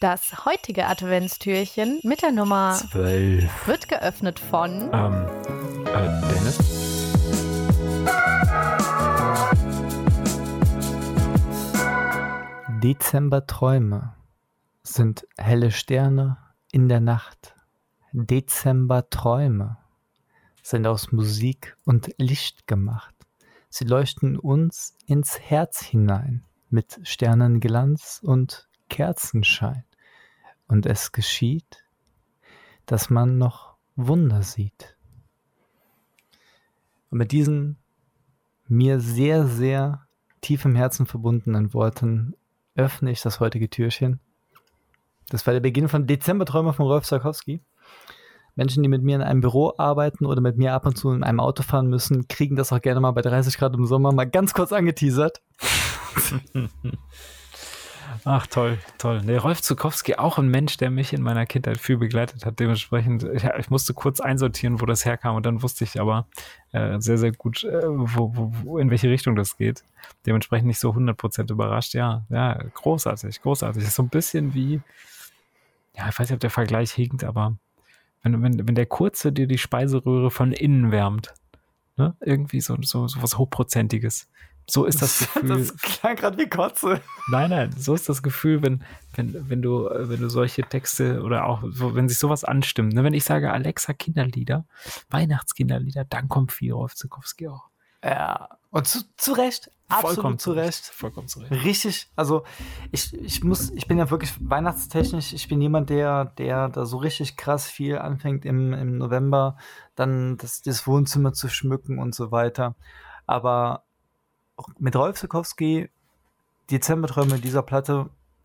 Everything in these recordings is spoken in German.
Das heutige Adventstürchen mit der Nummer 12 wird geöffnet von Dennis. Dezemberträume sind helle Sterne in der Nacht. Dezemberträume sind aus Musik und Licht gemacht. Sie leuchten uns ins Herz hinein mit Sternenglanz und Kerzenschein. Und es geschieht, dass man noch Wunder sieht. Und mit diesen mir sehr, sehr tief im Herzen verbundenen Worten öffne ich das heutige Türchen. Das war der Beginn von Dezemberträume von Rolf Zuckowski. Menschen, die mit mir in einem Büro arbeiten oder mit mir ab und zu in einem Auto fahren müssen, kriegen das auch gerne mal bei 30 Grad im Sommer mal ganz kurz angeteasert. Ach, toll, toll. Der Rolf Zuckowski, auch ein Mensch, der mich in meiner Kindheit viel begleitet hat. Dementsprechend, ich musste kurz einsortieren, wo das herkam, und dann wusste ich aber sehr, sehr gut, in welche Richtung das geht. Dementsprechend nicht so 100% überrascht. Ja, großartig, großartig. Das ist so ein bisschen wie, ja, ich weiß nicht, ob der Vergleich hinkt, aber wenn der Kurze dir die Speiseröhre von innen wärmt, ne? Irgendwie so was Hochprozentiges. So ist das Gefühl. Das klang gerade wie Kotze. Nein, so ist das Gefühl, wenn du solche Texte oder auch, wenn sich sowas anstimmt. Ne? Wenn ich sage, Alexa, Kinderlieder, Weihnachtskinderlieder, dann kommt viel Rolf Zuckowski auch. Ja, und zu Recht. Absolut zu Recht. Vollkommen zu Recht. Richtig, also ich bin ja wirklich weihnachtstechnisch, ich bin jemand, der da so richtig krass viel anfängt im November, dann das Wohnzimmer zu schmücken und so weiter. Aber auch mit Rolf Zuckowski, Dezemberträume dieser Platte,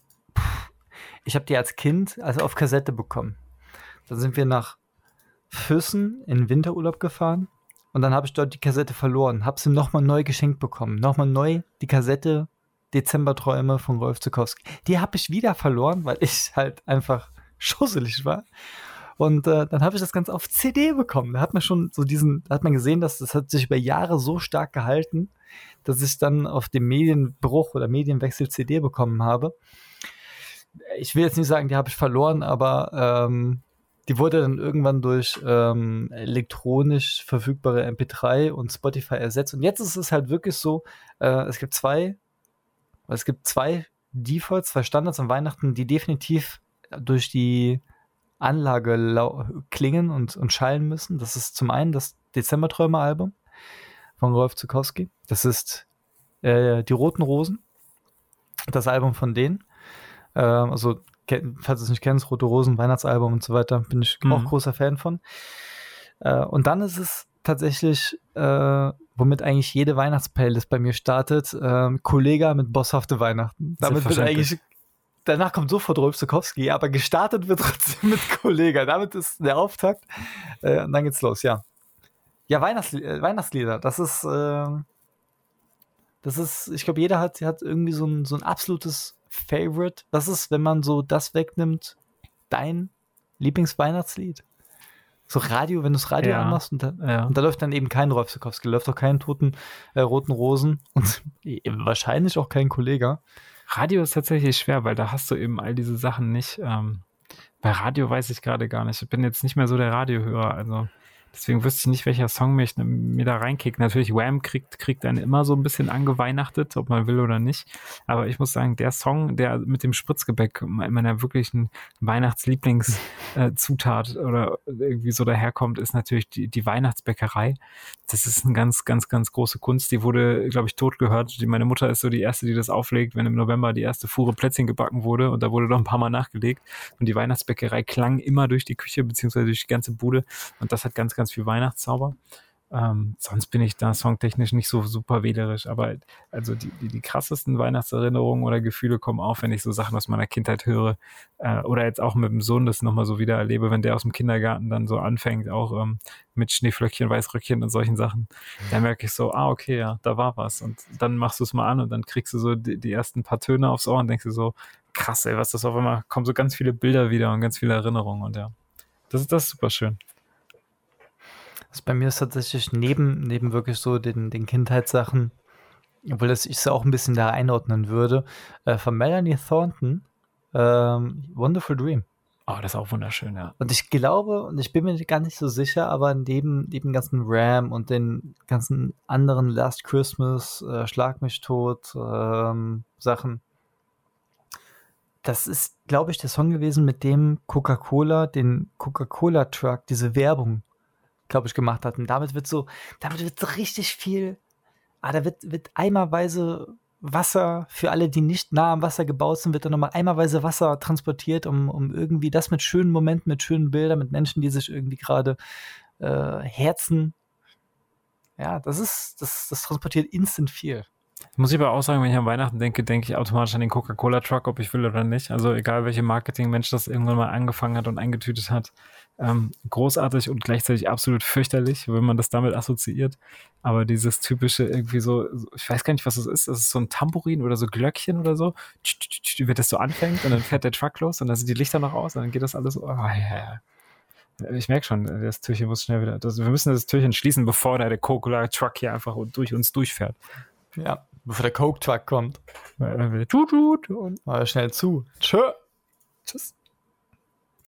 ich habe die als Kind auf Kassette bekommen. Dann sind wir nach Füssen in Winterurlaub gefahren. Und dann habe ich dort die Kassette verloren, habe sie nochmal neu geschenkt bekommen. Nochmal neu die Kassette Dezemberträume von Rolf Zuckowski. Die habe ich wieder verloren, weil ich halt einfach schusselig war. Und dann habe ich das Ganze auf CD bekommen. Da hat man schon da hat man gesehen, dass das hat sich über Jahre so stark gehalten, dass ich dann auf dem Medienbruch oder Medienwechsel CD bekommen habe. Ich will jetzt nicht sagen, die habe ich verloren, aber die wurde dann irgendwann durch elektronisch verfügbare MP3 und Spotify ersetzt. Und jetzt ist es halt wirklich so, es gibt zwei Defaults, zwei Standards an Weihnachten, die definitiv durch die Anlage klingen und schallen müssen. Das ist zum einen das Dezemberträume-Album von Rolf Zuckowski. Das ist Die Roten Rosen, das Album von denen. Also falls du es nicht kennst, Rote Rosen, Weihnachtsalbum und so weiter, bin ich auch großer Fan von. Und dann ist es tatsächlich, womit eigentlich jede Weihnachtsplaylist bei mir startet, Kollega mit Bosshafte Weihnachten. Damit wird eigentlich, danach kommt sofort Rolf Zuckowski, aber gestartet wird trotzdem mit Kollega. Damit ist der Auftakt. Und dann geht's los, ja. Ja, Weihnachtslieder, das ist, ich glaube, jeder hat irgendwie so ein absolutes Favorite. Was ist, wenn man so das wegnimmt, dein Lieblingsweihnachtslied? So Radio, wenn du das Radio anmachst und da läuft dann eben kein Rolf Zuckowski, läuft auch kein Roten Rosen und wahrscheinlich auch kein Kollega. Radio ist tatsächlich schwer, weil da hast du eben all diese Sachen nicht. Bei Radio weiß ich gerade gar nicht. Ich bin jetzt nicht mehr so der Radiohörer, also deswegen wüsste ich nicht, welcher Song mir da reinkickt. Natürlich, Wham kriegt einen immer so ein bisschen angeweihnachtet, ob man will oder nicht. Aber ich muss sagen, der Song, der mit dem Spritzgebäck, meiner wirklichen Weihnachtslieblingszutat oder irgendwie so daherkommt, ist natürlich die Weihnachtsbäckerei. Das ist eine ganz, ganz, ganz große Kunst. Die wurde, glaube ich, tot gehört. Meine Mutter ist so die Erste, die das auflegt, wenn im November die erste Fuhre Plätzchen gebacken wurde, und da wurde doch ein paar Mal nachgelegt. Und die Weihnachtsbäckerei klang immer durch die Küche, beziehungsweise durch die ganze Bude. Und das hat ganz, ganz viel Weihnachtszauber. Sonst bin ich da songtechnisch nicht so super wählerisch, aber also die krassesten Weihnachtserinnerungen oder Gefühle kommen auf, wenn ich so Sachen aus meiner Kindheit höre, oder jetzt auch mit dem Sohn das nochmal so wieder erlebe, wenn der aus dem Kindergarten dann so anfängt, auch mit Schneeflöckchen, Weißröckchen und solchen Sachen, dann merke ich so, okay, ja, da war was, und dann machst du es mal an und dann kriegst du so die ersten paar Töne aufs Ohr und denkst du so, krass, ey, was das auf einmal, kommen so ganz viele Bilder wieder und ganz viele Erinnerungen, und ja, das ist super schön. Bei mir ist tatsächlich neben wirklich so den Kindheitssachen, obwohl ich es auch ein bisschen da einordnen würde, von Melanie Thornton, Wonderful Dream. Oh, das ist auch wunderschön, ja. Und ich glaube, und ich bin mir gar nicht so sicher, aber neben dem ganzen Ram und den ganzen anderen Last Christmas, Schlag mich tot, Sachen, das ist, glaube ich, der Song gewesen, mit dem Coca-Cola den Coca-Cola-Truck, diese Werbung, glaube ich, gemacht hat. Und damit wird so richtig viel, da wird eimerweise Wasser, für alle, die nicht nah am Wasser gebaut sind, wird dann nochmal eimerweise Wasser transportiert, um irgendwie das mit schönen Momenten, mit schönen Bildern, mit Menschen, die sich irgendwie gerade herzen. Ja, das transportiert instant viel. Muss ich aber auch sagen, wenn ich an Weihnachten denke, denke ich automatisch an den Coca-Cola-Truck, ob ich will oder nicht. Also egal, welche Marketingmensch das irgendwann mal angefangen hat und eingetütet hat. Großartig und gleichzeitig absolut fürchterlich, wenn man das damit assoziiert. Aber dieses typische irgendwie so, ich weiß gar nicht, was das ist. Das ist so ein Tambourin oder so Glöckchen oder so. Wie das so anfängt und dann fährt der Truck los und dann sind die Lichter noch aus und dann geht das alles so. Oh, ja. Ich merke schon, das Türchen muss schnell wieder. Wir müssen das Türchen schließen, bevor der Coca-Cola-Truck hier einfach durch uns durchfährt. Ja, bevor der Coke-Truck kommt. Weil dann will tut und mal schnell zu. Tschüss.